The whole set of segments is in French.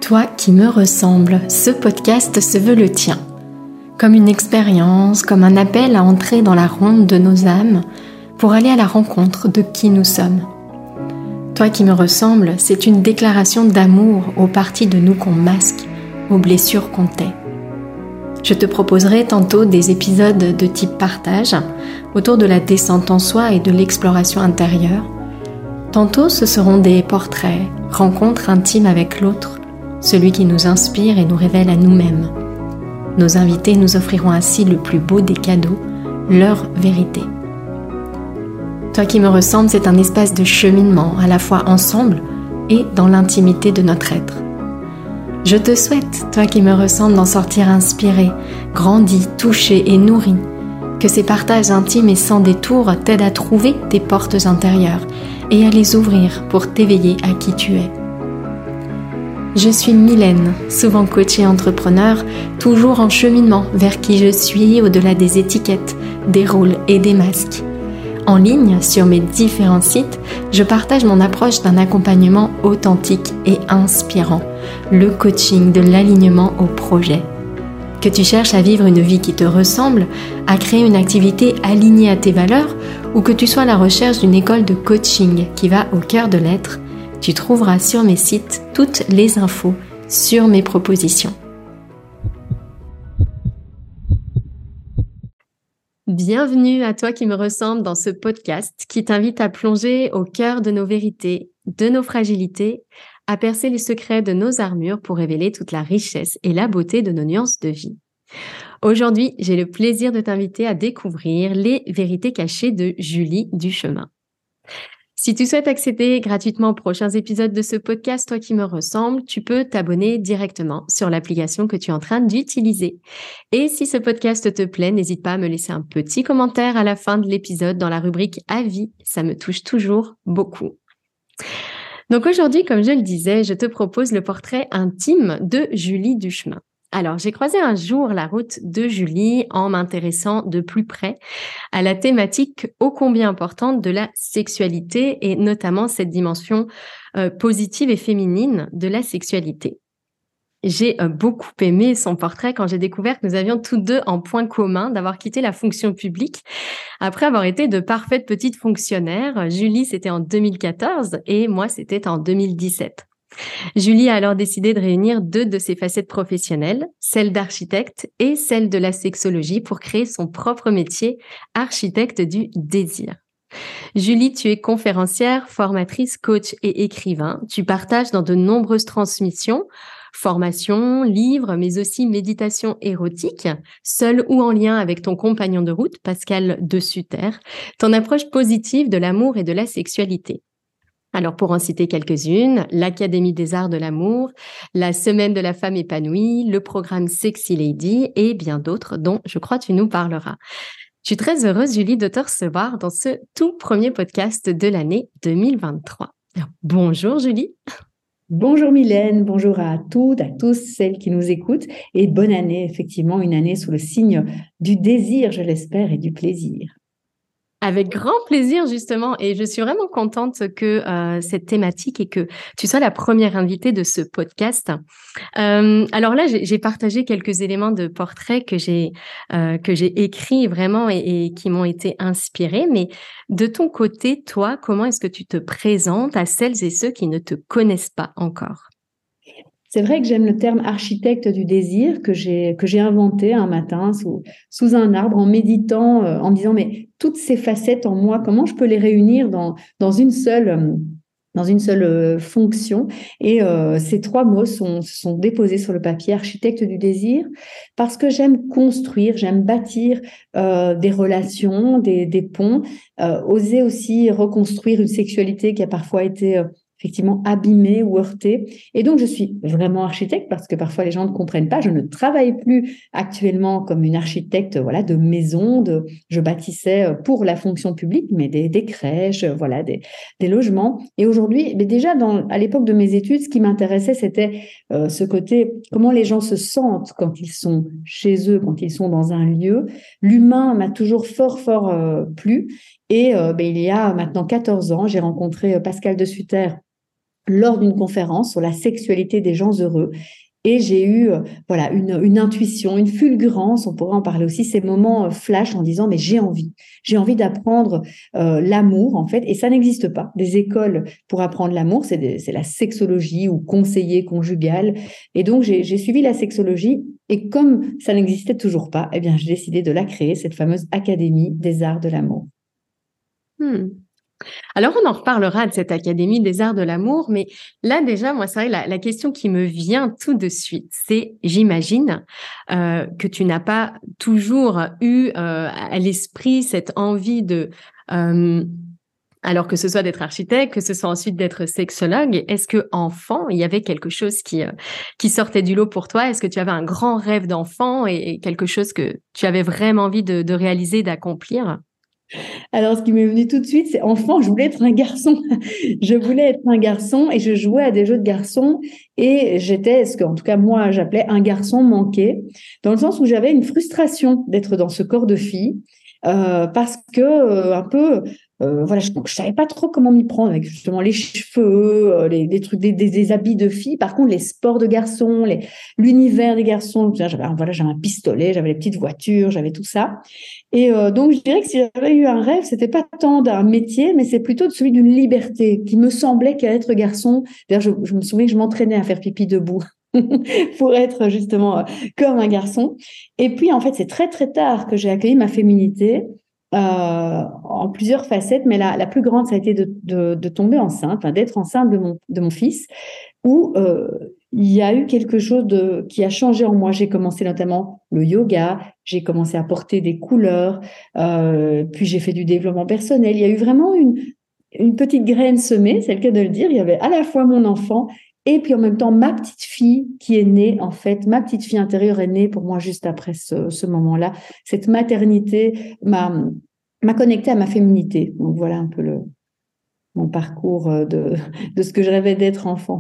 Toi qui me ressembles, ce podcast se veut le tien. Comme une expérience, comme un appel à entrer dans la ronde de nos âmes pour aller à la rencontre de qui nous sommes. Toi qui me ressembles, c'est une déclaration d'amour aux parties de nous qu'on masque, aux blessures qu'on tait. Je te proposerai tantôt des épisodes de type partage autour de la descente en soi et de l'exploration intérieure. Tantôt ce seront des portraits, rencontres intimes avec l'autre, celui qui nous inspire et nous révèle à nous-mêmes. Nos invités nous offriront ainsi le plus beau des cadeaux, leur vérité. Toi qui me ressembles, c'est un espace de cheminement, à la fois ensemble et dans l'intimité de notre être. Je te souhaite, toi qui me ressembles, d'en sortir inspiré, grandi, touché et nourri. Que ces partages intimes et sans détour t'aident à trouver tes portes intérieures et à les ouvrir pour t'éveiller à qui tu es. Je suis Mylène, souvent coach et entrepreneur, toujours en cheminement vers qui je suis au-delà des étiquettes, des rôles et des masques. En ligne, sur mes différents sites, je partage mon approche d'un accompagnement authentique et inspirant, le coaching de l'alignement au projet. Que tu cherches à vivre une vie qui te ressemble, à créer une activité alignée à tes valeurs, ou que tu sois à la recherche d'une école de coaching qui va au cœur de l'être, tu trouveras sur mes sites toutes les infos sur mes propositions. Bienvenue à toi qui me ressemble dans ce podcast qui t'invite à plonger au cœur de nos vérités, de nos fragilités, à percer les secrets de nos armures pour révéler toute la richesse et la beauté de nos nuances de vie. Aujourd'hui, j'ai le plaisir de t'inviter à découvrir les vérités cachées de Julie Duchemin. Si tu souhaites accéder gratuitement aux prochains épisodes de ce podcast, toi qui me ressemble, tu peux t'abonner directement sur l'application que tu es en train d'utiliser. Et si ce podcast te plaît, n'hésite pas à me laisser un petit commentaire à la fin de l'épisode dans la rubrique Avis, ça me touche toujours beaucoup. Donc aujourd'hui, comme je le disais, je te propose le portrait intime de Julie Duchemin. Alors, j'ai croisé un jour la route de Julie en m'intéressant de plus près à la thématique ô combien importante de la sexualité et notamment cette dimension positive et féminine de la sexualité. J'ai beaucoup aimé son portrait quand j'ai découvert que nous avions tous deux en point commun d'avoir quitté la fonction publique après avoir été de parfaites petites fonctionnaires. Julie, c'était en 2014 et moi, c'était en 2017. Julie a alors décidé de réunir deux de ses facettes professionnelles, celle d'architecte et celle de la sexologie, pour créer son propre métier, architecte du désir. Julie, tu es conférencière, formatrice, coach et écrivain. Tu partages dans de nombreuses transmissions, formations, livres, mais aussi méditation érotique, seule ou en lien avec ton compagnon de route, Pascal De Sutter, ton approche positive de l'amour et de la sexualité. Alors, pour en citer quelques-unes, l'Académie des Arts de l'Amour, la Semaine de la Femme épanouie, le programme Sexy Lady et bien d'autres dont je crois tu nous parleras. Je suis très heureuse, Julie, de te recevoir dans ce tout premier podcast de l'année 2023. Alors, bonjour, Julie. Bonjour Mylène, bonjour à toutes, à tous celles qui nous écoutent et bonne année, effectivement, une année sous le signe du désir, je l'espère, et du plaisir. Avec grand plaisir, justement, et je suis vraiment contente que cette thématique et que tu sois la première invitée de ce podcast. Alors là, j'ai partagé quelques éléments de portrait que j'ai écrits vraiment et qui m'ont été inspirés. Mais de ton côté, toi, comment est-ce que tu te présentes à celles et ceux qui ne te connaissent pas encore ? C'est vrai que j'aime le terme architecte du désir que j'ai inventé un matin sous un arbre en méditant, en me disant mais toutes ces facettes en moi, comment je peux les réunir dans une seule fonction. Et ces trois mots sont déposés sur le papier, architecte du désir, parce que j'aime construire, j'aime bâtir des relations, des ponts, oser aussi reconstruire une sexualité qui a parfois été effectivement abîmée ou heurtée. Et donc, je suis vraiment architecte parce que parfois les gens ne comprennent pas. Je ne travaille plus actuellement comme une architecte, voilà, de maison. Je bâtissais pour la fonction publique, mais des crèches, voilà, des logements. Et aujourd'hui, mais déjà à l'époque de mes études, ce qui m'intéressait, c'était ce côté, comment les gens se sentent quand ils sont chez eux, quand ils sont dans un lieu. L'humain m'a toujours fort plu. Et il y a maintenant 14 ans, j'ai rencontré Pascal De Sutter lors d'une conférence sur la sexualité des gens heureux. Et j'ai eu voilà, une intuition, une fulgurance, on pourrait en parler aussi, ces moments flash en disant, mais j'ai envie d'apprendre l'amour, en fait, et ça n'existe pas. Des écoles pour apprendre l'amour, c'est la sexologie ou conseiller conjugal. Et donc, j'ai suivi la sexologie, et comme ça n'existait toujours pas, eh bien, j'ai décidé de la créer, cette fameuse Académie des arts de l'amour. Hmm. Alors, on en reparlera de cette Académie des arts de l'amour, mais là déjà, moi, c'est vrai, la question qui me vient tout de suite, c'est, j'imagine, que tu n'as pas toujours eu à l'esprit cette envie alors que ce soit d'être architecte, que ce soit ensuite d'être sexologue. Est-ce que enfant, il y avait quelque chose qui sortait du lot pour toi? Est-ce que tu avais un grand rêve d'enfant et quelque chose que tu avais vraiment envie de réaliser, d'accomplir? Alors, ce qui m'est venu tout de suite, c'est enfant, je voulais être un garçon. Je voulais être un garçon et je jouais à des jeux de garçons et j'étais ce qu'en tout cas moi j'appelais un garçon manqué, dans le sens où j'avais une frustration d'être dans ce corps de fille parce que un peu voilà, je savais pas trop comment m'y prendre avec justement les cheveux, les trucs, des habits de fille. Par contre, les sports de garçons, l'univers des garçons, voilà, j'avais un pistolet, j'avais les petites voitures, j'avais tout ça. Et donc, je dirais que si j'avais eu un rêve, c'était pas tant d'un métier, mais c'est plutôt celui d'une liberté qui me semblait qu'être garçon. D'ailleurs, je me souviens que je m'entraînais à faire pipi debout pour être justement comme un garçon. Et puis, en fait, c'est très, très tard que j'ai accueilli ma féminité en plusieurs facettes, mais la plus grande, ça a été de tomber enceinte, enfin, d'être enceinte de mon fils, où il y a eu quelque chose qui a changé en moi. J'ai commencé notamment le yoga, j'ai commencé à porter des couleurs, puis j'ai fait du développement personnel. Il y a eu vraiment une petite graine semée, c'est le cas de le dire. Il y avait à la fois mon enfant et puis en même temps ma petite fille qui est née, en fait. Ma petite fille intérieure est née pour moi juste après ce moment-là. Cette maternité m'a connectée à ma féminité. Donc voilà un peu mon parcours de ce que je rêvais d'être enfant.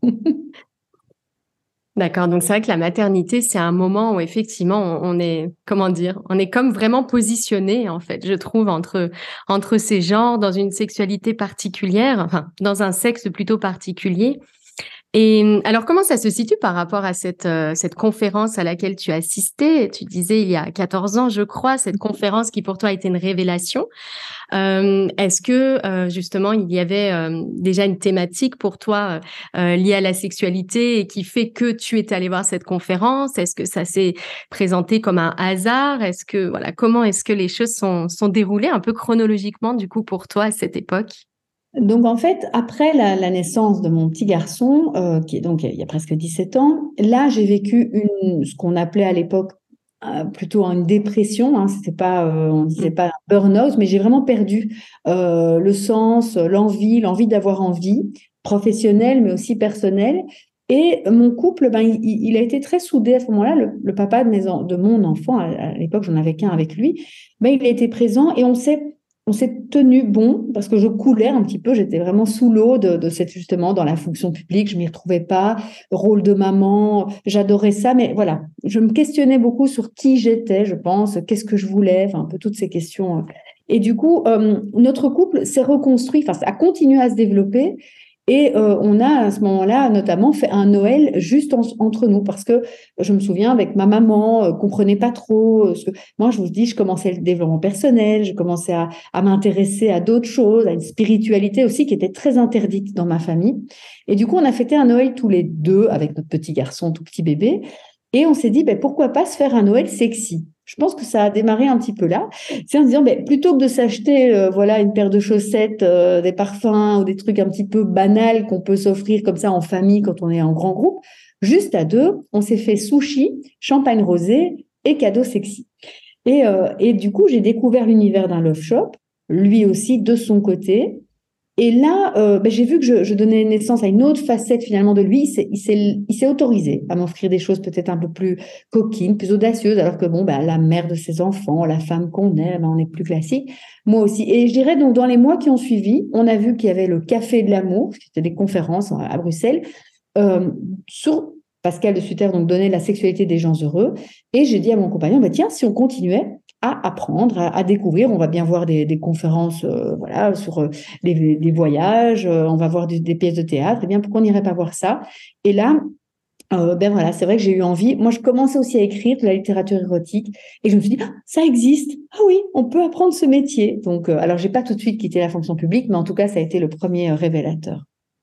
D'accord, donc c'est vrai que la maternité, c'est un moment où effectivement on est, comment dire, on est comme vraiment positionné en fait, je trouve, entre ces genres, dans une sexualité particulière, enfin dans un sexe plutôt particulier. Et alors, comment ça se situe par rapport à cette conférence à laquelle tu as assisté? Tu disais il y a 14 ans, je crois, cette conférence qui pour toi a été une révélation. Est-ce que justement il y avait déjà une thématique pour toi liée à la sexualité et qui fait que tu étais allé voir cette conférence? Est-ce que ça s'est présenté comme un hasard? Est-ce que voilà, comment est-ce que les choses sont déroulées un peu chronologiquement du coup pour toi à cette époque? Donc, en fait, après la naissance de mon petit garçon, qui est donc il y a presque 17 ans, là, j'ai vécu ce qu'on appelait à l'époque plutôt une dépression. Hein, c'était pas, on disait pas un burn-out, mais j'ai vraiment perdu le sens, l'envie d'avoir envie, professionnelle, mais aussi personnelle. Et mon couple, ben, il a été très soudé à ce moment-là. Le papa de mon enfant, à l'époque, j'en avais qu'un avec lui, ben, il a été présent et on s'est tenu bon parce que je coulais un petit peu, j'étais vraiment sous l'eau de cette justement dans la fonction publique, je m'y retrouvais pas, rôle de maman, j'adorais ça, mais voilà, je me questionnais beaucoup sur qui j'étais, je pense, qu'est-ce que je voulais, enfin un peu toutes ces questions. Et du coup, notre couple s'est reconstruit, enfin a continué à se développer. Et on a à ce moment-là notamment fait un Noël juste entre nous parce que je me souviens avec ma maman, comprenait pas trop ce que moi je vous dis, je commençais le développement personnel, je commençais à m'intéresser à d'autres choses, à une spiritualité aussi qui était très interdite dans ma famille. Et du coup, on a fêté un Noël tous les deux avec notre petit garçon, tout petit bébé. Et on s'est dit, ben, pourquoi pas se faire un Noël sexy? Je pense que ça a démarré un petit peu là. C'est en se disant, ben, plutôt que de s'acheter voilà, une paire de chaussettes, des parfums ou des trucs un petit peu banals qu'on peut s'offrir comme ça en famille quand on est en grand groupe, juste à deux, on s'est fait sushi, champagne rosé et cadeau sexy. Et du coup, j'ai découvert l'univers d'un love shop, lui aussi de son côté. Et là, ben, j'ai vu que je donnais naissance à une autre facette finalement de lui. Il s'est autorisé à m'offrir des choses peut-être un peu plus coquines, plus audacieuses, alors que bon, ben, la mère de ses enfants, la femme qu'on aime, on est plus classique. Moi aussi. Et je dirais donc dans les mois qui ont suivi, on a vu qu'il y avait le Café de l'amour, qui était des conférences à Bruxelles, sur Pascal de Sutter, donc donnait la sexualité des gens heureux. Et j'ai dit à mon compagnon, bah, tiens, si on continuait, à apprendre, à découvrir. On va bien voir des conférences voilà, sur des voyages, on va voir des pièces de théâtre. Eh bien, pourquoi on n'irait pas voir ça? Et là, ben voilà, c'est vrai que j'ai eu envie. Moi, je commençais aussi à écrire de la littérature érotique et je me suis dit, ah, ça existe. Ah oui, on peut apprendre ce métier. Donc, alors, j'ai pas tout de suite quitté la fonction publique, mais en tout cas, ça a été le premier révélateur.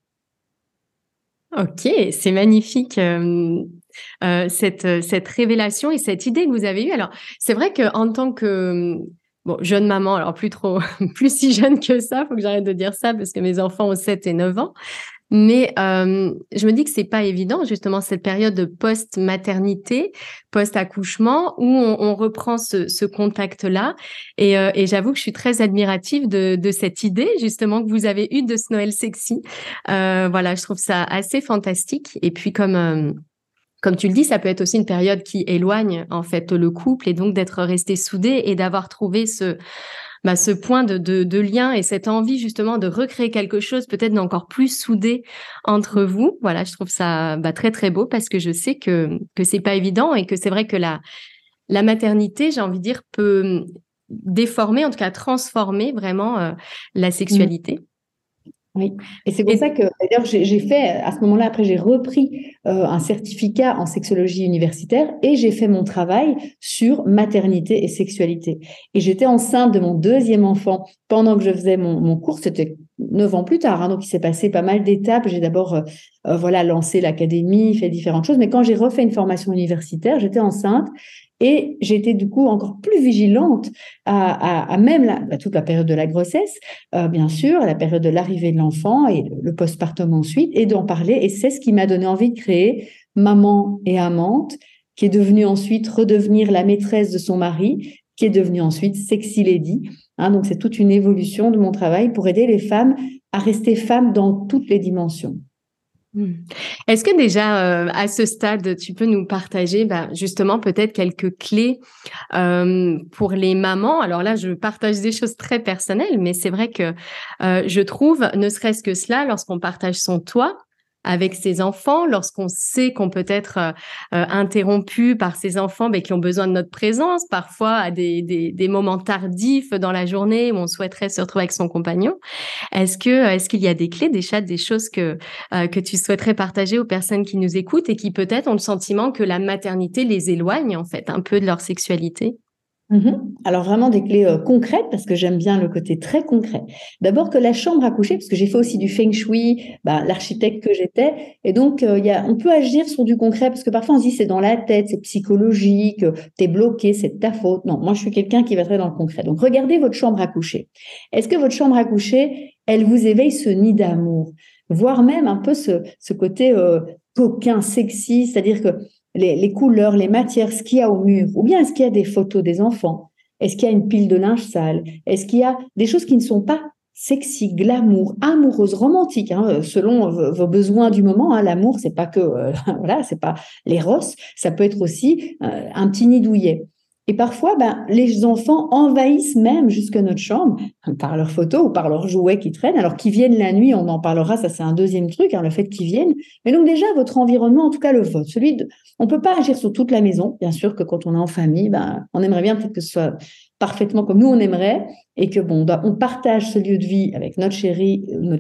Ok, c'est magnifique cette révélation et cette idée que vous avez eue. Alors, c'est vrai qu'en tant que bon, jeune maman, alors plus trop, plus si jeune que ça, faut que j'arrête de dire ça parce que mes enfants ont 7 et 9 ans. Mais je me dis que c'est pas évident, justement, cette période de post-maternité, post-accouchement, où on reprend ce contact-là. Et j'avoue que je suis très admirative de cette idée, justement, que vous avez eue de ce Noël sexy. Voilà, je trouve ça assez fantastique. Et puis, comme tu le dis, ça peut être aussi une période qui éloigne, en fait, le couple et donc d'être resté soudé et d'avoir trouvé ce point de lien et cette envie justement de recréer quelque chose peut-être d'encore plus soudé entre vous. Voilà, je trouve ça très très beau parce que je sais que c'est pas évident et que c'est vrai que la maternité, j'ai envie de dire, peut déformer, en tout cas transformer vraiment la sexualité. Oui, et c'est pour Et ça que d'ailleurs j'ai fait à ce moment-là, après j'ai repris un certificat en sexologie universitaire et j'ai fait mon travail sur maternité et sexualité. Et j'étais enceinte de mon deuxième enfant pendant que je faisais mon cours, c'était 9 ans plus tard, hein, donc il s'est passé pas mal d'étapes. J'ai d'abord voilà, lancé l'académie, fait différentes choses, mais quand j'ai refait une formation universitaire, j'étais enceinte. Et j'étais du coup encore plus vigilante à même toute la période de la grossesse, bien sûr, à la période de l'arrivée de l'enfant et le postpartum ensuite, et d'en parler. Et c'est ce qui m'a donné envie de créer Maman et Amante, qui est devenue ensuite redevenir la maîtresse de son mari, qui est devenue ensuite Sexy Lady. Hein, donc c'est toute une évolution de mon travail pour aider les femmes à rester femmes dans toutes les dimensions. Est-ce que déjà, à ce stade, tu peux nous partager justement peut-être quelques clés pour les mamans? Alors là, je partage des choses très personnelles, mais c'est vrai que je trouve, ne serait-ce que cela, lorsqu'on partage son toit avec ses enfants, lorsqu'on sait qu'on peut être interrompu par ses enfants qui ont besoin de notre présence, parfois à des moments tardifs dans la journée où on souhaiterait se retrouver avec son compagnon. Est-ce qu'il y a des clés, des choses que tu souhaiterais partager aux personnes qui nous écoutent et qui peut-être ont le sentiment que la maternité les éloigne en fait un peu de leur sexualité? Alors vraiment des clés concrètes parce que j'aime bien le côté très concret. D'abord que la chambre à coucher, parce que j'ai fait aussi du feng shui, l'architecte que j'étais, et donc on peut agir sur du concret parce que parfois on se dit c'est dans la tête, c'est psychologique, t'es bloqué, c'est de ta faute. Non, moi je suis quelqu'un qui va très dans le concret. Donc regardez votre chambre à coucher. Est-ce que votre chambre à coucher, elle vous éveille ce nid d'amour, voire même un peu ce côté coquin, sexy, c'est-à-dire que les couleurs, les matières, ce qu'il y a au mur, ou bien est-ce qu'il y a des photos des enfants? Est-ce qu'il y a une pile de linge sale? Est-ce qu'il y a des choses qui ne sont pas sexy, glamour, amoureuses, romantiques, hein, selon vos besoins du moment, hein. L'amour, c'est pas que voilà, c'est pas l'éros, ça peut être aussi un petit nid douillet. Et parfois, les enfants envahissent même jusque notre chambre par leurs photos ou par leurs jouets qui traînent. Alors qu'ils viennent la nuit, on en parlera, ça c'est un deuxième truc, hein, le fait qu'ils viennent. Mais donc déjà, votre environnement, en tout cas le vôtre, on ne peut pas agir sur toute la maison. Bien sûr que quand on est en famille, on aimerait bien peut-être que ce soit parfaitement comme nous on aimerait et que on partage ce lieu de vie avec notre chérie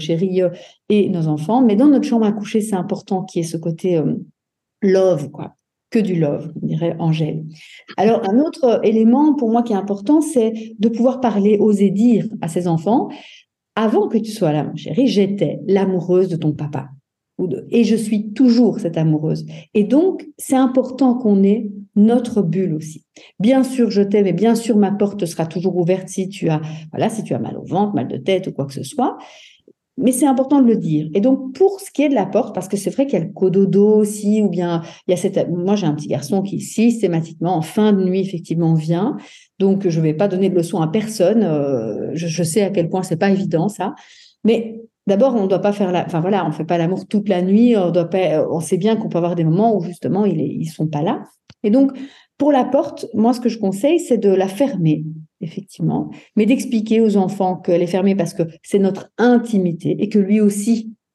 et nos enfants. Mais dans notre chambre à coucher, c'est important qu'il y ait ce côté love, quoi. Que du love, on dirait Angèle. Alors, un autre élément pour moi qui est important, c'est de pouvoir parler, oser dire à ses enfants, avant que tu sois là, mon chéri, j'étais l'amoureuse de ton papa. Et je suis toujours cette amoureuse. Et donc, c'est important qu'on ait notre bulle aussi. Bien sûr, je t'aime et bien sûr, ma porte sera toujours ouverte si tu as mal au ventre, mal de tête ou quoi que ce soit. Mais c'est important de le dire. Et donc, pour ce qui est de la porte, parce que c'est vrai qu'il y a le cododo aussi, ou bien il y a moi, j'ai un petit garçon qui systématiquement, en fin de nuit, effectivement, vient. Donc, je ne vais pas donner de leçon à personne. Je sais à quel point c'est pas évident, ça. Mais d'abord, on ne doit pas on fait pas l'amour toute la nuit. On sait bien qu'on peut avoir des moments où, justement, ils sont pas là. Et donc, pour la porte, moi, ce que je conseille, c'est de la fermer, effectivement, mais d'expliquer aux enfants qu'elle est fermée parce que c'est notre intimité et que lui aussi,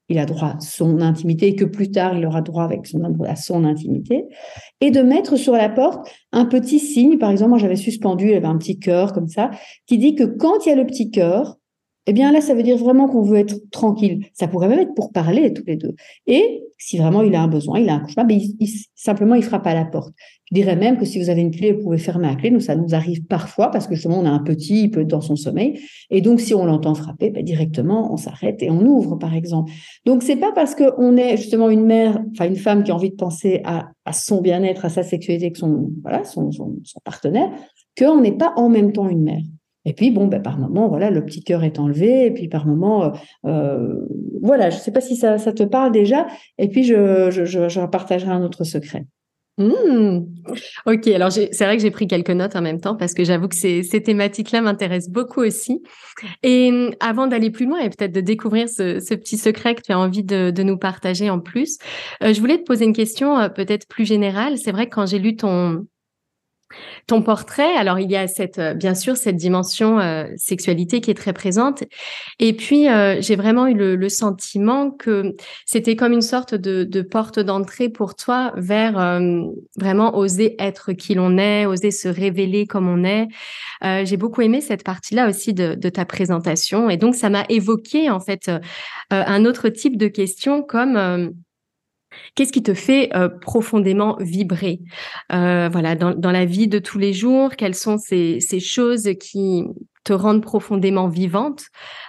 il a droit à son intimité et que plus tard, il aura droit à son intimité. Et de mettre sur la porte un petit signe. Par exemple, moi, j'avais suspendu, il y avait un petit cœur comme ça, qui dit que quand il y a le petit cœur, eh bien là, ça veut dire vraiment qu'on veut être tranquille. Ça pourrait même être pour parler tous les deux. Et si vraiment il a un besoin, il a un cauchemar, mais simplement, il frappe à la porte. Je dirais même que si vous avez une clé, vous pouvez fermer la clé. Nous, ça nous arrive parfois parce que justement, on a un petit, il peut être dans son sommeil. Et donc, si on l'entend frapper, directement, on s'arrête et on ouvre, par exemple. Donc, c'est pas parce qu'on est justement une mère, enfin une femme qui a envie de penser à son bien-être, à sa sexualité, avec son partenaire, qu'on n'est pas en même temps une mère. Et puis, par moment, voilà, le petit cœur est enlevé. Et puis, par moment, voilà, je ne sais pas si ça te parle déjà. Et puis, je partagerai un autre secret. Ok, alors c'est vrai que j'ai pris quelques notes en même temps parce que j'avoue que ces thématiques-là m'intéressent beaucoup aussi. Et avant d'aller plus loin et peut-être de découvrir ce petit secret que tu as envie de nous partager en plus, je voulais te poser une question peut-être plus générale. C'est vrai que quand j'ai lu ton portrait, alors il y a bien sûr cette dimension sexualité qui est très présente, et puis j'ai vraiment eu le sentiment que c'était comme une sorte de porte d'entrée pour toi vers vraiment oser être qui l'on est, oser se révéler comme on est. J'ai beaucoup aimé cette partie-là aussi de ta présentation, et donc ça m'a évoqué en fait un autre type de question comme qu'est-ce qui te fait profondément vibrer voilà, dans la vie de tous les jours? Quelles sont ces choses qui te rendent profondément vivante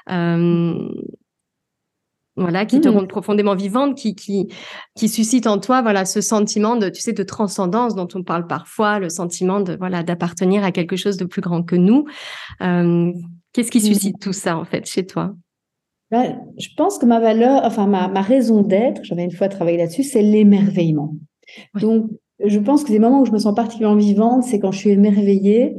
voilà, qui te rendent profondément vivante, qui suscite en toi, voilà, ce sentiment de, tu sais, de transcendance dont on parle parfois, le sentiment de, voilà, d'appartenir à quelque chose de plus grand que nous. Qu'est-ce qui suscite tout ça, en fait, chez toi? Je pense que ma valeur, enfin ma raison d'être, j'avais une fois travaillé là-dessus, c'est l'émerveillement. Ouais. Donc, je pense que les moments où je me sens particulièrement vivante, c'est quand je suis émerveillée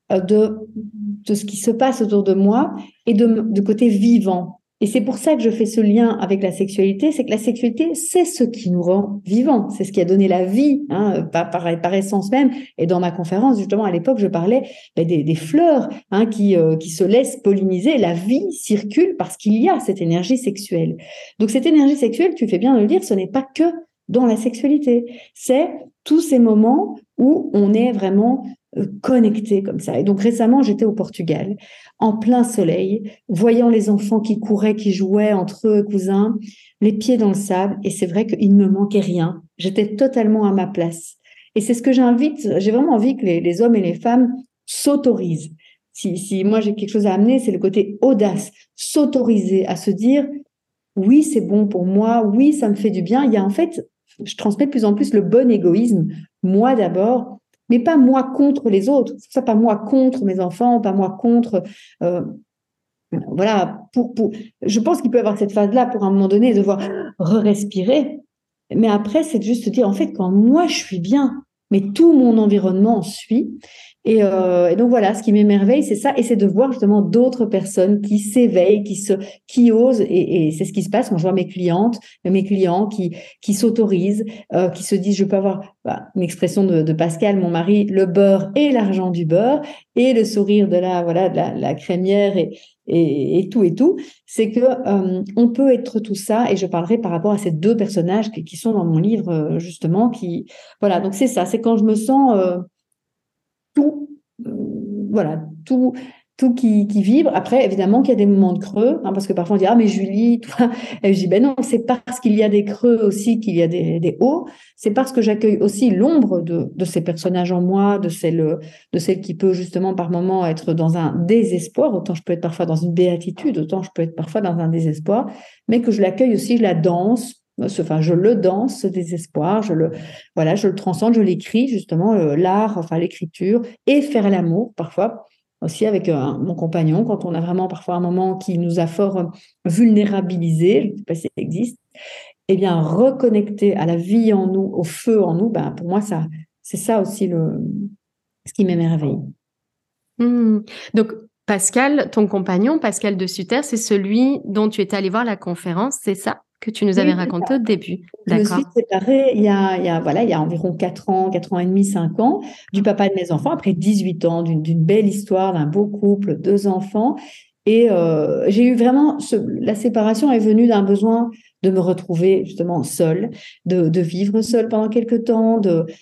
de ce qui se passe autour de moi et de côté vivant. Et c'est pour ça que je fais ce lien avec la sexualité, c'est que la sexualité, c'est ce qui nous rend vivants, c'est ce qui a donné la vie, hein, par essence même. Et dans ma conférence, justement, à l'époque, je parlais des fleurs qui se laissent polliniser. La vie circule parce qu'il y a cette énergie sexuelle. Donc cette énergie sexuelle, tu fais bien de le dire, ce n'est pas que dans la sexualité, c'est tous ces moments où on est vraiment connecté comme ça. Et donc récemment, j'étais au Portugal, en plein soleil, voyant les enfants qui couraient, qui jouaient entre eux, cousins, les pieds dans le sable, et c'est vrai qu'il ne me manquait rien. J'étais totalement à ma place. Et c'est ce que j'ai vraiment envie que les hommes et les femmes s'autorisent. Si moi j'ai quelque chose à amener, c'est le côté audace, s'autoriser à se dire, oui, c'est bon pour moi, oui, ça me fait du bien. Il y a en fait, je transmets de plus en plus le bon égoïsme, moi d'abord, mais pas moi contre les autres. C'est ça, pas moi contre mes enfants, pas moi contre. Voilà, je pense qu'il peut y avoir cette phase-là pour un moment donné, devoir respirer. Mais après, c'est juste dire, en fait, quand moi je suis bien, mais tout mon environnement suit. Et donc voilà, ce qui m'émerveille, c'est ça, et c'est de voir justement d'autres personnes qui s'éveillent, qui osent, et c'est ce qui se passe quand je vois mes clients qui s'autorisent, qui se disent, je peux avoir une expression de Pascal, mon mari, le beurre et l'argent du beurre, et le sourire de la crémière et tout, c'est que on peut être tout ça, et je parlerai par rapport à ces deux personnages qui sont dans mon livre justement, voilà, donc c'est ça, c'est quand je me sens tout, voilà, tout qui vibre. Après, évidemment qu'il y a des moments de creux, parce que parfois on dit, ah mais Julie, toi, et je dis, ben non, c'est parce qu'il y a des creux aussi qu'il y a des hauts, c'est parce que j'accueille aussi l'ombre de ces personnages en moi, de celle qui peut justement par moments être dans un désespoir, autant je peux être parfois dans une béatitude, autant je peux être parfois dans un désespoir, mais que je l'accueille aussi, je la danse. Enfin, je le danse, ce désespoir, je le transcende, je l'écris justement, l'art, enfin l'écriture, et faire l'amour parfois aussi avec mon compagnon, quand on a vraiment parfois un moment qui nous a fort vulnérabilisés, je ne sais pas si ça existe, eh bien reconnecter à la vie en nous, au feu en nous, pour moi, c'est ça aussi ce qui m'émerveille. Donc, Pascal, ton compagnon, Pascal de Sutter, c'est celui dont tu étais allé voir la conférence, c'est ça que tu nous avais raconté au début? Je me suis séparée il y a environ 4 ans et demi, 5 ans, du papa de mes enfants, après 18 ans, d'une belle histoire, d'un beau couple, 2 enfants. Et j'ai eu vraiment, la séparation est venue d'un besoin de me retrouver justement seule, de vivre seule pendant quelque temps,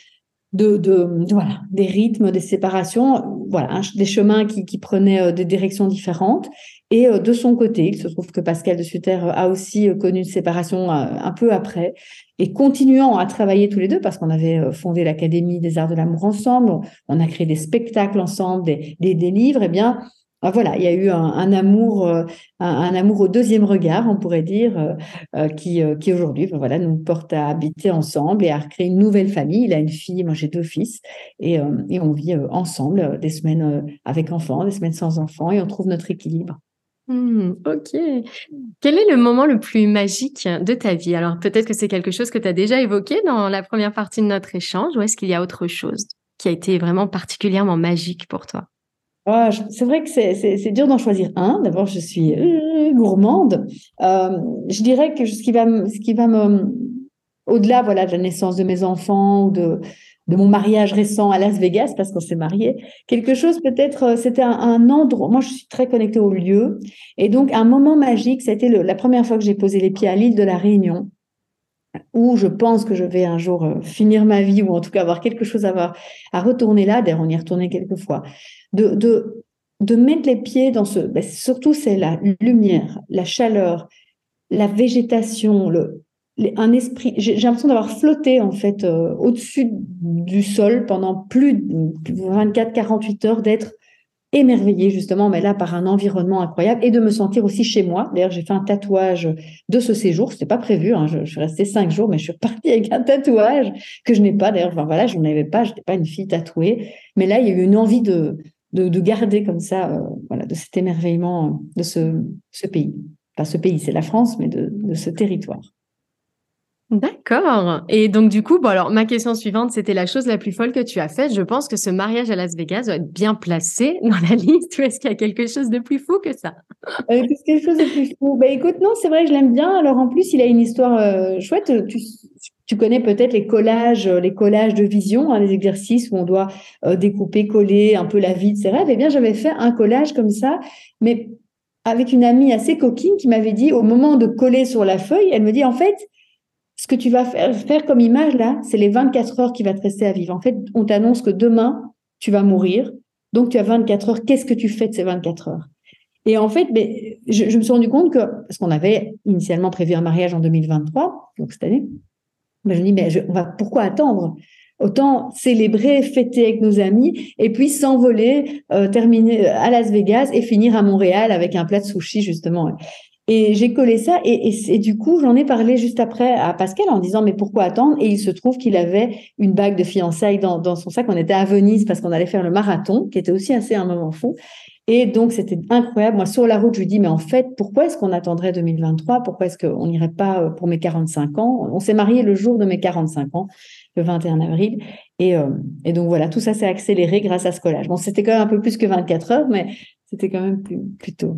voilà, des rythmes, des séparations, voilà, des chemins qui prenaient des directions différentes. Et de son côté, il se trouve que Pascal de Sutter a aussi connu une séparation un peu après, et continuant à travailler tous les deux, parce qu'on avait fondé l'Académie des Arts de l'Amour ensemble, on a créé des spectacles ensemble, des livres, et bien voilà, il y a eu un amour, un amour au deuxième regard, on pourrait dire, qui aujourd'hui, voilà, nous porte à habiter ensemble et à recréer une nouvelle famille. Il a une fille, moi j'ai 2 fils, et on vit ensemble des semaines avec enfants, des semaines sans enfants, et on trouve notre équilibre. Ok. Quel est le moment le plus magique de ta vie? Alors peut-être que c'est quelque chose que tu as déjà évoqué dans la première partie de notre échange, ou est-ce qu'il y a autre chose qui a été vraiment particulièrement magique pour toi? C'est vrai que c'est dur d'en choisir un. D'abord, je suis gourmande. Je dirais que ce qui va au-delà, voilà, de la naissance de mes enfants ou de mon mariage récent à Las Vegas, parce qu'on s'est mariés, quelque chose peut-être, c'était un endroit. Moi, je suis très connectée au lieu. Et donc, un moment magique, c'était la première fois que j'ai posé les pieds à l'île de la Réunion, où je pense que je vais un jour finir ma vie, ou en tout cas avoir quelque chose à retourner là. D'ailleurs, on y est retourné quelques fois. De, de, de mettre les pieds dans surtout c'est la lumière, la chaleur, la végétation, un esprit. J'ai l'impression d'avoir flotté en fait au-dessus du sol pendant plus de 24-48 heures, d'être émerveillée justement, mais là par un environnement incroyable, et de me sentir aussi chez moi. D'ailleurs, j'ai fait un tatouage de ce séjour. C'était pas prévu, hein. Je suis restée 5 jours, mais je suis repartie avec un tatouage que je n'ai pas. D'ailleurs, enfin, voilà, je n'en avais pas. Je n'étais pas une fille tatouée, mais là, il y a eu une envie de garder comme ça, voilà, de cet émerveillement de ce pays. Pas ce pays, c'est la France, mais de ce territoire. D'accord. Et donc du coup, bon alors ma question suivante, c'était la chose la plus folle que tu as faite. Je pense que ce mariage à Las Vegas doit être bien placé dans la liste, ou est-ce qu'il y a quelque chose de plus fou que ça? Qu'est-ce quelque chose de plus fou? Bah, écoute, non, c'est vrai que je l'aime bien. Alors en plus, il a une histoire chouette. Tu connais peut-être les collages de vision, hein, les exercices où on doit découper, coller un peu la vie de ses rêves. Eh bien, j'avais fait un collage comme ça, mais avec une amie assez coquine qui m'avait dit, au moment de coller sur la feuille, elle me dit, en fait, ce que tu vas faire comme image là, c'est les 24 heures qui va te rester à vivre. En fait, on t'annonce que demain, tu vas mourir. Donc, tu as 24 heures. Qu'est-ce que tu fais de ces 24 heures? Et en fait, je me suis rendu compte que, parce qu'on avait initialement prévu un mariage en 2023, donc cette année, je me dis, pourquoi attendre? Autant célébrer, fêter avec nos amis, et puis s'envoler, terminer à Las Vegas et finir à Montréal avec un plat de sushi, justement. Et j'ai collé ça, et du coup, j'en ai parlé juste après à Pascal en disant, mais pourquoi attendre? Et il se trouve qu'il avait une bague de fiançailles dans son sac. On était à Venise parce qu'on allait faire le marathon, qui était aussi assez un moment fou. Et donc, c'était incroyable. Moi, sur la route, je lui dis, mais en fait, pourquoi est-ce qu'on attendrait 2023? Pourquoi est-ce qu'on n'irait pas pour mes 45 ans? On s'est mariés le jour de mes 45 ans, le 21 avril. Et donc, voilà, tout ça s'est accéléré grâce à ce collage. Bon, c'était quand même un peu plus que 24 heures, mais c'était quand même plus tôt.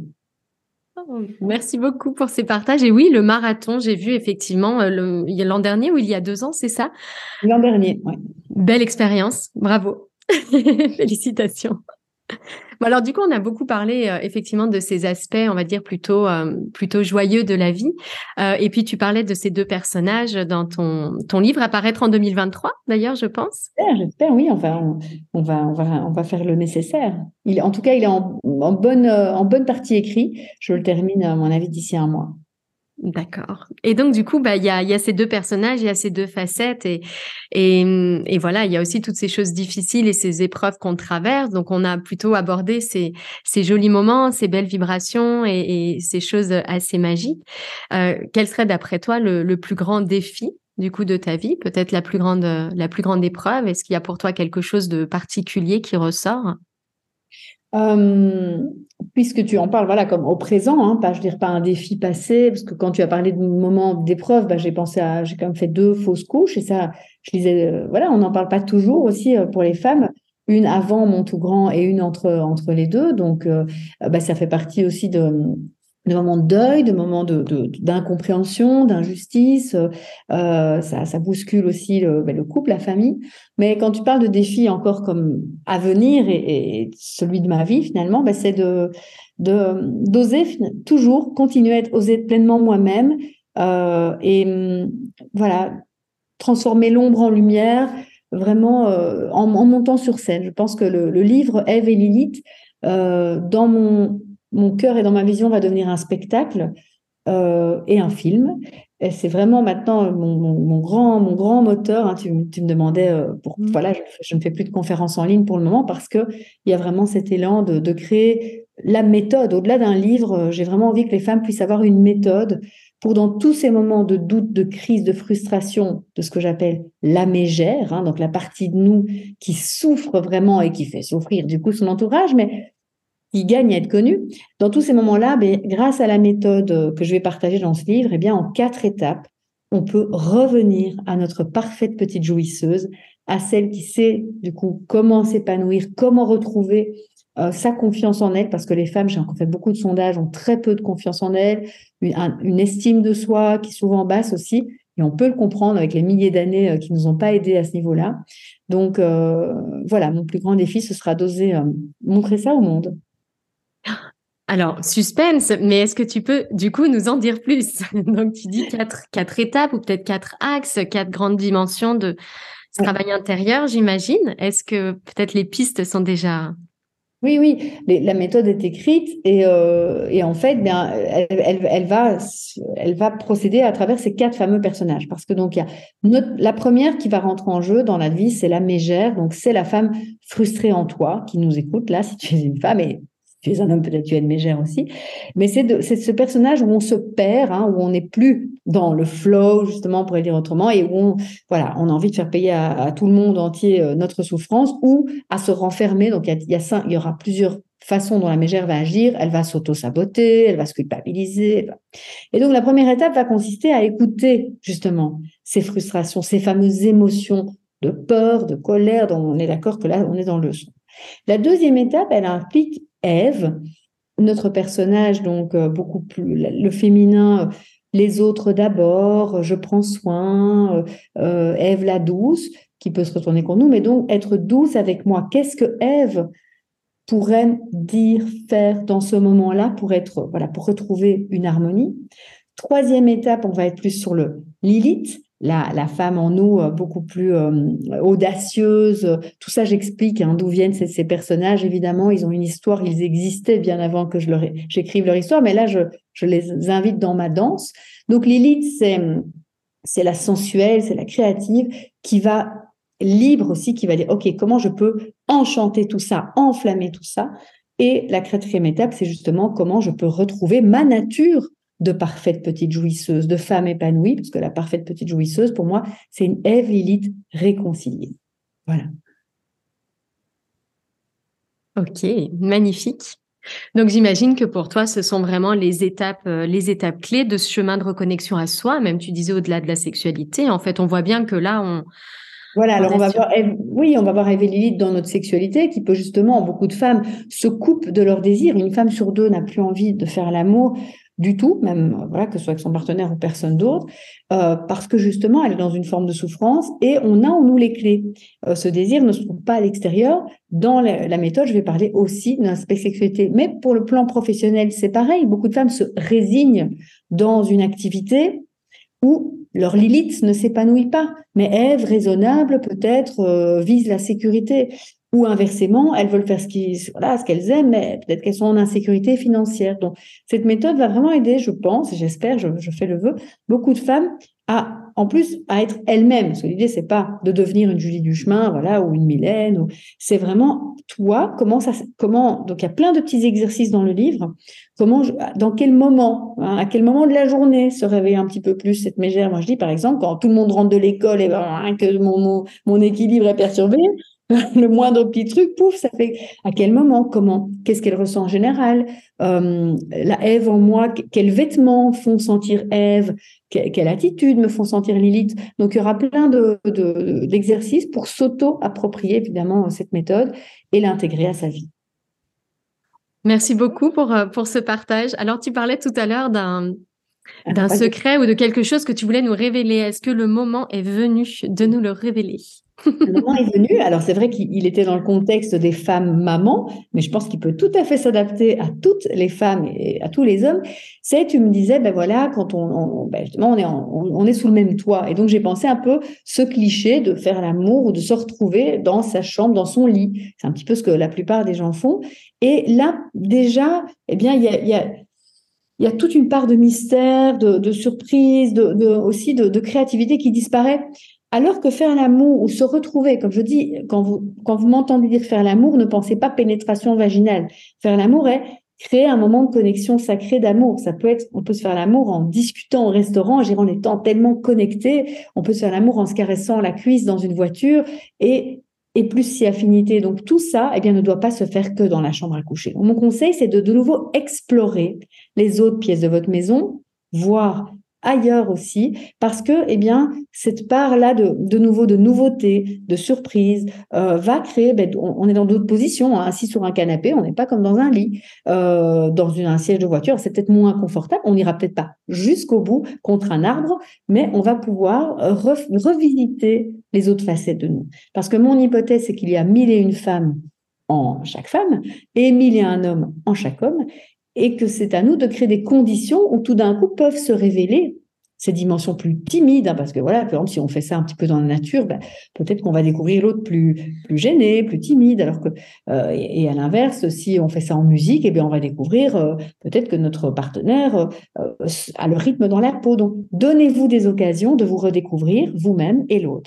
Oh, merci beaucoup pour ces partages. Et oui, le marathon, j'ai vu effectivement il y a l'an dernier ou il y a 2 ans, c'est ça? L'an dernier, oui. Belle expérience, bravo. Félicitations. Bon, alors du coup, on a beaucoup parlé effectivement de ces aspects, on va dire plutôt joyeux de la vie. Et puis tu parlais de ces deux personnages dans ton livre à paraître en 2023, d'ailleurs, je pense. J'espère, oui. Enfin, on va faire le nécessaire. En tout cas, il est en bonne partie écrit. Je le termine, à mon avis, d'ici un mois. D'accord. Et donc, du coup, bah, il y a ces deux personnages, il y a ces deux facettes et voilà, il y a aussi toutes ces choses difficiles et ces épreuves qu'on traverse. Donc, on a plutôt abordé ces jolis moments, ces belles vibrations et ces choses assez magiques. Quel serait, d'après toi, le plus grand défi, du coup, de ta vie? Peut-être la plus grande épreuve? Est-ce qu'il y a pour toi quelque chose de particulier qui ressort? Euh, Puisque tu en parles, voilà, comme au présent, hein, pas, je veux dire, pas un défi passé, parce que quand tu as parlé de moments d'épreuve, j'ai quand même fait 2 fausses couches, et ça, je disais, voilà, on n'en parle pas toujours aussi pour les femmes, une avant mon tout grand et une entre les deux, donc ça fait partie aussi de moments de deuil, de moments d'incompréhension, d'injustice. Ça bouscule aussi le couple, la famille. Mais quand tu parles de défis encore comme à venir et celui de ma vie finalement, ben, c'est d'oser toujours continuer oser être pleinement moi-même voilà, transformer l'ombre en lumière, vraiment en montant sur scène. Je pense que le livre Ève et Lilith, dans mon cœur et dans ma vision, va devenir un spectacle et un film. Et c'est vraiment maintenant mon grand moteur. Hein. Tu me demandais, voilà, je ne fais plus de conférences en ligne pour le moment parce qu'il y a vraiment cet élan de créer la méthode. Au-delà d'un livre, j'ai vraiment envie que les femmes puissent avoir une méthode pour dans tous ces moments de doute, de crise, de frustration, de ce que j'appelle la mégère, hein, donc la partie de nous qui souffre vraiment et qui fait souffrir du coup son entourage, mais qui gagne à être connue. Dans tous ces moments-là, grâce à la méthode que je vais partager dans ce livre, en 4 étapes, on peut revenir à notre parfaite petite jouisseuse, à celle qui sait du coup comment s'épanouir, comment retrouver sa confiance en elle, parce que les femmes, j'ai encore fait beaucoup de sondages, ont très peu de confiance en elles, une estime de soi qui est souvent basse aussi, et on peut le comprendre avec les milliers d'années qui ne nous ont pas aidés à ce niveau-là. Donc voilà, mon plus grand défi, ce sera d'oser montrer ça au monde. Alors, suspense, mais est-ce que tu peux du coup nous en dire plus? Donc, tu dis quatre étapes ou peut-être 4 axes, 4 grandes dimensions de ce travail intérieur, j'imagine. Est-ce que peut-être les pistes sont déjà... Oui, oui, la méthode est écrite et en fait, elle va procéder à travers ces 4 fameux personnages. Parce que donc, il y a la première qui va rentrer en jeu dans la vie, c'est la mégère. Donc, c'est la femme frustrée en toi qui nous écoute là, si tu es une femme et si tu es un homme, peut-être tu es une mégère aussi. Mais c'est ce personnage où on se perd, hein, où on n'est plus dans le flow, justement, pour le dire autrement, et où voilà, on a envie de faire payer à tout le monde entier notre souffrance ou à se renfermer. Donc, il y aura plusieurs façons dont la mégère va agir. Elle va s'auto-saboter, elle va se culpabiliser. Et donc, la première étape va consister à écouter justement ces frustrations, ces fameuses émotions de peur, de colère, dont on est d'accord que là, on est dans le son. La deuxième étape, elle implique Ève, notre personnage, donc beaucoup plus le féminin, les autres d'abord, je prends soin, Ève la douce, qui peut se retourner contre nous, mais donc être douce avec moi. Qu'est-ce que Ève pourrait dire, faire dans ce moment-là pour être, voilà, pour retrouver une harmonie? Troisième étape, on va être plus sur le Lilith, la femme en nous beaucoup plus audacieuse. Tout ça, j'explique hein, d'où viennent ces personnages. Évidemment, ils ont une histoire, ils existaient bien avant que j'écrive leur histoire, mais là, je les invite dans ma danse. Donc, Lilith, c'est la sensuelle, c'est la créative qui va libre aussi, qui va dire, OK, comment je peux enchanter tout ça, enflammer tout ça? Et la quatrième étape, c'est justement comment je peux retrouver ma nature de parfaite petite jouisseuse, de femme épanouie, parce que la parfaite petite jouisseuse, pour moi, c'est une Ève Lilith réconciliée. Voilà. Ok, magnifique. Donc, j'imagine que pour toi, ce sont vraiment les étapes clés de ce chemin de reconnexion à soi. Même tu disais au-delà de la sexualité. En fait, on voit bien que là, voilà, alors on va voir Ève et Lilith dans notre sexualité qui peut justement, beaucoup de femmes se coupent de leur désir. Une femme sur 2 n'a plus envie de faire l'amour du tout, même voilà, que ce soit avec son partenaire ou personne d'autre, parce que justement, elle est dans une forme de souffrance et on a en nous les clés. Ce désir ne se trouve pas à l'extérieur. Dans la méthode, je vais parler aussi d'un aspect sexualité. Mais pour le plan professionnel, c'est pareil. Beaucoup de femmes se résignent dans une activité où leur Lilith ne s'épanouit pas, mais Ève, raisonnable, peut-être vise la sécurité. Ou inversement, elles veulent faire ce qu'elles aiment, mais peut-être qu'elles sont en insécurité financière. Donc, cette méthode va vraiment aider, je pense, j'espère, je fais le vœu, beaucoup de femmes en plus, à être elles-mêmes. Parce que l'idée, c'est pas de devenir une Julie Duchemin, voilà, ou une Mylène. C'est vraiment toi, donc il y a plein de petits exercices dans le livre. Dans quel moment, hein, à quel moment de la journée se réveille un petit peu plus cette mégère? Moi, je dis, par exemple, quand tout le monde rentre de l'école et que mon équilibre est perturbé, le moindre petit truc, pouf, ça fait à quel moment, comment, qu'est-ce qu'elle ressent en général, la Ève en moi, quels vêtements font sentir Ève, quelle attitude me font sentir Lilith. Donc il y aura plein d'exercices pour s'auto-approprier évidemment cette méthode et l'intégrer à sa vie. Merci beaucoup pour ce partage. Alors, tu parlais tout à l'heure d'un secret ou de quelque chose que tu voulais nous révéler. Est-ce que le moment est venu de nous le révéler? Le moment est venu. Alors, c'est vrai qu'il était dans le contexte des femmes mamans, mais je pense qu'il peut tout à fait s'adapter à toutes les femmes et à tous les hommes. Tu me disais, ben voilà, quand justement, on est sous le même toit. Et donc, j'ai pensé un peu ce cliché de faire l'amour ou de se retrouver dans sa chambre, dans son lit. C'est un petit peu ce que la plupart des gens font. Et là, déjà, eh bien, il y a toute une part de mystère, de surprise, aussi de créativité qui disparaît. Alors que faire l'amour ou se retrouver, comme je dis, quand vous m'entendez dire faire l'amour, ne pensez pas pénétration vaginale. Faire l'amour est créer un moment de connexion sacrée d'amour. Ça peut être, on peut se faire l'amour en discutant au restaurant, en étant tellement connecté. On peut se faire l'amour en se caressant la cuisse dans une voiture et plus si affinité. Donc tout ça, ne doit pas se faire que dans la chambre à coucher. Donc, mon conseil, c'est de nouveau explorer les autres pièces de votre maison, voir ailleurs aussi, parce que, cette part-là de nouveau, de nouveauté, de surprise, va créer, on est dans d'autres positions, hein, assis sur un canapé, on n'est pas comme dans un lit, dans un siège de voiture, c'est peut-être moins confortable, on n'ira peut-être pas jusqu'au bout contre un arbre, mais on va pouvoir revisiter les autres facettes de nous. Parce que mon hypothèse, c'est qu'il y a 1001 femmes en chaque femme et 1001 hommes en chaque homme, et que c'est à nous de créer des conditions où tout d'un coup peuvent se révéler ces dimensions plus timides, hein, parce que voilà, par exemple, si on fait ça un petit peu dans la nature, peut-être qu'on va découvrir l'autre plus gêné, plus timide, alors que, et à l'inverse, si on fait ça en musique, on va découvrir peut-être que notre partenaire a le rythme dans la peau. Donc, donnez-vous des occasions de vous redécouvrir vous-même et l'autre.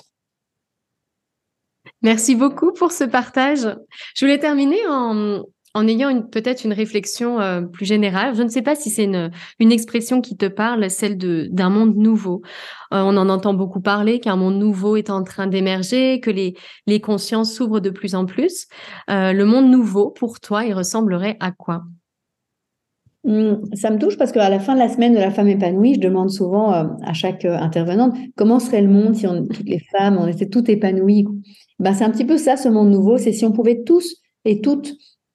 Merci beaucoup pour ce partage. Je voulais terminer en ayant peut-être une réflexion plus générale. Je ne sais pas si c'est une expression qui te parle, celle d'un monde nouveau. On en entend beaucoup parler, qu'un monde nouveau est en train d'émerger, que les consciences s'ouvrent de plus en plus. Le monde nouveau, pour toi, il ressemblerait à quoi? Ça me touche parce qu'à la fin de la semaine de la femme épanouie, je demande souvent à chaque intervenante comment serait le monde si toutes les femmes, on était toutes épanouies. C'est un petit peu ça, ce monde nouveau. C'est si on pouvait tous et toutes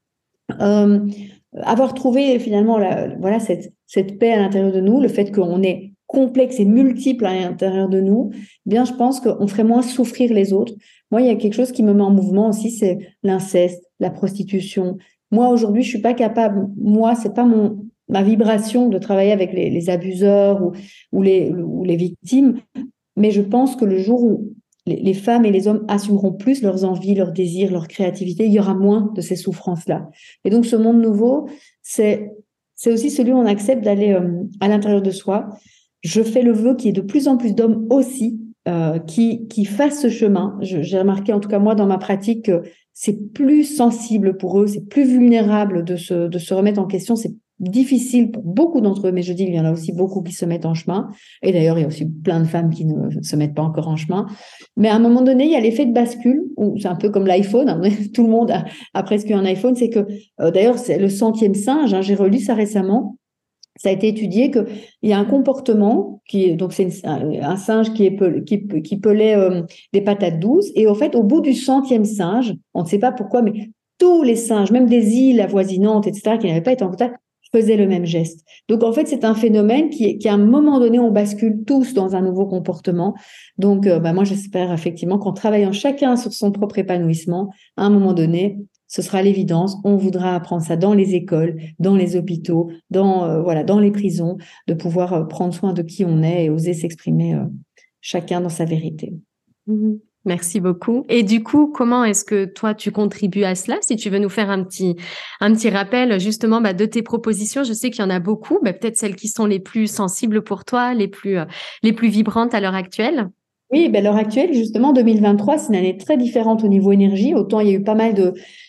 avoir trouvé finalement cette paix à l'intérieur de nous, le fait qu'on est complexe et multiple à l'intérieur de nous, je pense qu'on ferait moins souffrir les autres. Moi, il y a quelque chose qui me met en mouvement aussi, c'est l'inceste, la prostitution. Moi, aujourd'hui, je suis pas capable, c'est pas ma vibration de travailler avec les abuseurs ou les victimes, mais je pense que le jour où les femmes et les hommes assumeront plus leurs envies, leurs désirs, leur créativité, il y aura moins de ces souffrances-là. Et donc, ce monde nouveau, c'est aussi celui où on accepte d'aller à l'intérieur de soi. Je fais le vœu qu'il y ait de plus en plus d'hommes aussi qui fassent ce chemin. J'ai remarqué, en tout cas moi, dans ma pratique, que c'est plus sensible pour eux, c'est plus vulnérable de se remettre en question, c'est difficile pour beaucoup d'entre eux, mais je dis, il y en a aussi beaucoup qui se mettent en chemin. Et d'ailleurs, il y a aussi plein de femmes qui ne se mettent pas encore en chemin. Mais à un moment donné, il y a l'effet de bascule, où c'est un peu comme l'iPhone, hein, tout le monde a presque eu un iPhone, c'est que, d'ailleurs, c'est le 100e singe, hein, j'ai relu ça récemment, ça a été étudié qu'il y a un comportement donc c'est un singe qui pelait des patates douces, et au fait, au bout du 100e singe, on ne sait pas pourquoi, mais tous les singes, même des îles avoisinantes, etc., qui n'avaient pas été en contact, faisaient le même geste. Donc, en fait, c'est un phénomène qui à un moment donné, on bascule tous dans un nouveau comportement. Donc, moi, j'espère effectivement qu'en travaillant chacun sur son propre épanouissement, à un moment donné, ce sera l'évidence. On voudra apprendre ça dans les écoles, dans les hôpitaux, dans les prisons, de pouvoir prendre soin de qui on est et oser s'exprimer chacun dans sa vérité. Merci beaucoup. Et du coup, comment est-ce que toi, tu contribues à cela? Si tu veux nous faire un petit rappel justement de tes propositions, je sais qu'il y en a beaucoup, peut-être celles qui sont les plus sensibles pour toi, les plus vibrantes à l'heure actuelle. Oui, l'heure actuelle, justement, 2023, c'est une année très différente au niveau énergie. Autant il y a eu pas mal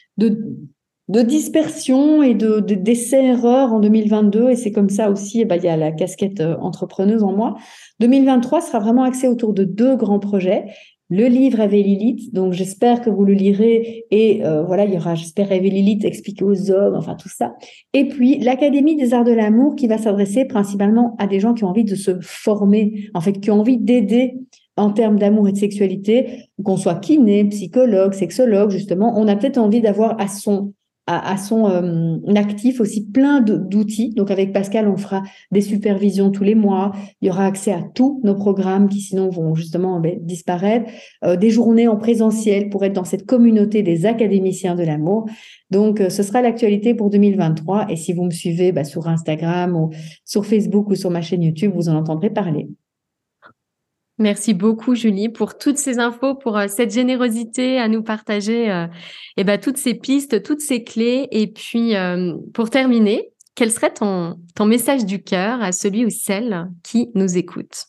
de dispersion et d'essais-erreurs en 2022, et c'est comme ça aussi, il y a la casquette entrepreneuse en moi. 2023 sera vraiment axé autour de 2 grands projets. Le livre Eve et Lilith, donc j'espère que vous le lirez, et il y aura, j'espère, Eve et Lilith expliqué aux hommes, enfin tout ça. Et puis l'Académie des Arts de l'Amour, qui va s'adresser principalement à des gens qui ont envie de se former, en fait, qui ont envie d'aider en termes d'amour et de sexualité, qu'on soit kiné, psychologue, sexologue, justement. On a peut-être envie d'avoir à son actif aussi plein d'outils. Donc avec Pascal, on fera des supervisions tous les mois. Il y aura accès à tous nos programmes qui sinon vont justement disparaître. Des journées en présentiel pour être dans cette communauté des académiciens de l'amour. Donc ce sera l'actualité pour 2023. Et si vous me suivez sur Instagram ou sur Facebook ou sur ma chaîne YouTube, vous en entendrez parler. Merci beaucoup, Julie, pour toutes ces infos, pour cette générosité à nous partager toutes ces pistes, toutes ces clés. Et puis, pour terminer, quel serait ton message du cœur à celui ou celle qui nous écoute?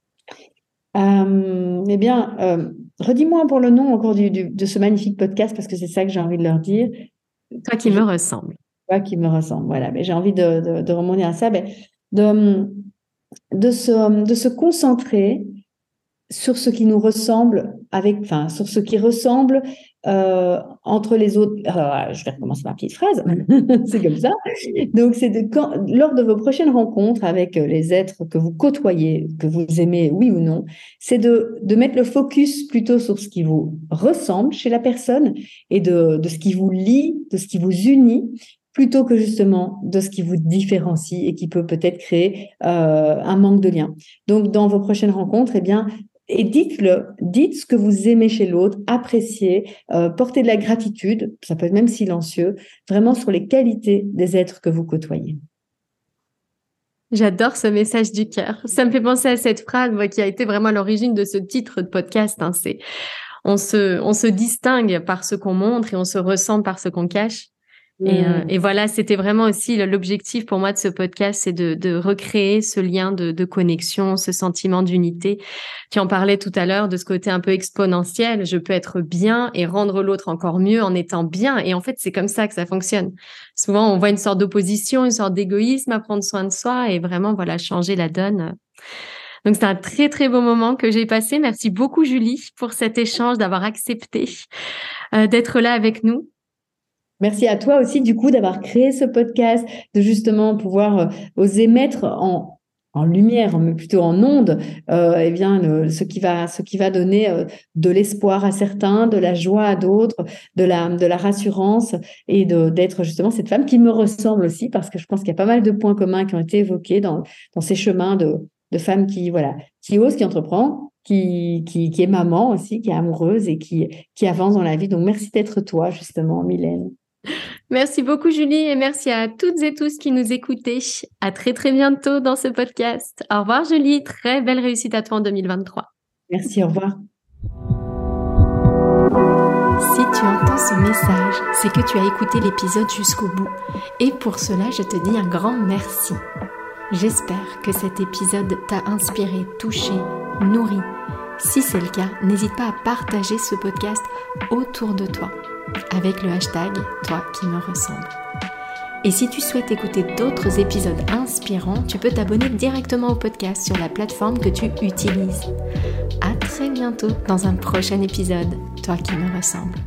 Redis-moi pour le nom encore de ce magnifique podcast, parce que c'est ça que j'ai envie de leur dire. Toi qui me ressemble. Toi qui me ressemble, voilà. Mais j'ai envie de remonter à ça, de se concentrer sur ce qui nous ressemble, sur ce qui ressemble entre les autres. Je vais recommencer ma petite phrase, c'est comme ça. Donc, lors de vos prochaines rencontres avec les êtres que vous côtoyez, que vous aimez, oui ou non, c'est de mettre le focus plutôt sur ce qui vous ressemble chez la personne et de ce qui vous lie, de ce qui vous unit, plutôt que justement de ce qui vous différencie et qui peut peut-être créer un manque de lien. Donc, dans vos prochaines rencontres, et dites ce que vous aimez chez l'autre, appréciez, portez de la gratitude, ça peut être même silencieux, vraiment sur les qualités des êtres que vous côtoyez. J'adore ce message du cœur. Ça me fait penser à cette phrase qui a été vraiment à l'origine de ce titre de podcast. C'est on se distingue par ce qu'on montre et on se ressemble par ce qu'on cache. Et voilà, c'était vraiment aussi l'objectif pour moi de ce podcast, c'est de recréer ce lien de connexion, ce sentiment d'unité. Tu en parlais tout à l'heure de ce côté un peu exponentiel. Je peux être bien et rendre l'autre encore mieux en étant bien. Et en fait, c'est comme ça que ça fonctionne. Souvent, on voit une sorte d'opposition, une sorte d'égoïsme à prendre soin de soi et vraiment, changer la donne. Donc, c'est un très, très beau moment que j'ai passé. Merci beaucoup, Julie, pour cet échange, d'avoir accepté d'être là avec nous. Merci à toi aussi, du coup, d'avoir créé ce podcast, de justement pouvoir oser mettre en lumière, mais plutôt en ondes, ce qui va donner de l'espoir à certains, de la joie à d'autres, de la rassurance et d'être justement cette femme qui me ressemble aussi, parce que je pense qu'il y a pas mal de points communs qui ont été évoqués dans ces chemins de femmes qui osent, qui entreprend, qui est maman aussi, qui est amoureuse et qui avance dans la vie. Donc, merci d'être toi, justement, Mylène. Merci beaucoup, Julie, et merci à toutes et tous qui nous écoutaient. À très, très bientôt dans ce podcast. Au revoir, Julie. Très belle réussite à toi en 2023. Merci, au revoir. Si tu entends ce message, c'est que tu as écouté l'épisode jusqu'au bout. Et pour cela, je te dis un grand merci. J'espère que cet épisode t'a inspiré, touché, nourri. Si c'est le cas, n'hésite pas à partager ce podcast autour de toi avec le hashtag Toi qui me ressemble. Et si tu souhaites écouter d'autres épisodes inspirants, tu peux t'abonner directement au podcast sur la plateforme que tu utilises. À très bientôt dans un prochain épisode Toi qui me ressemble.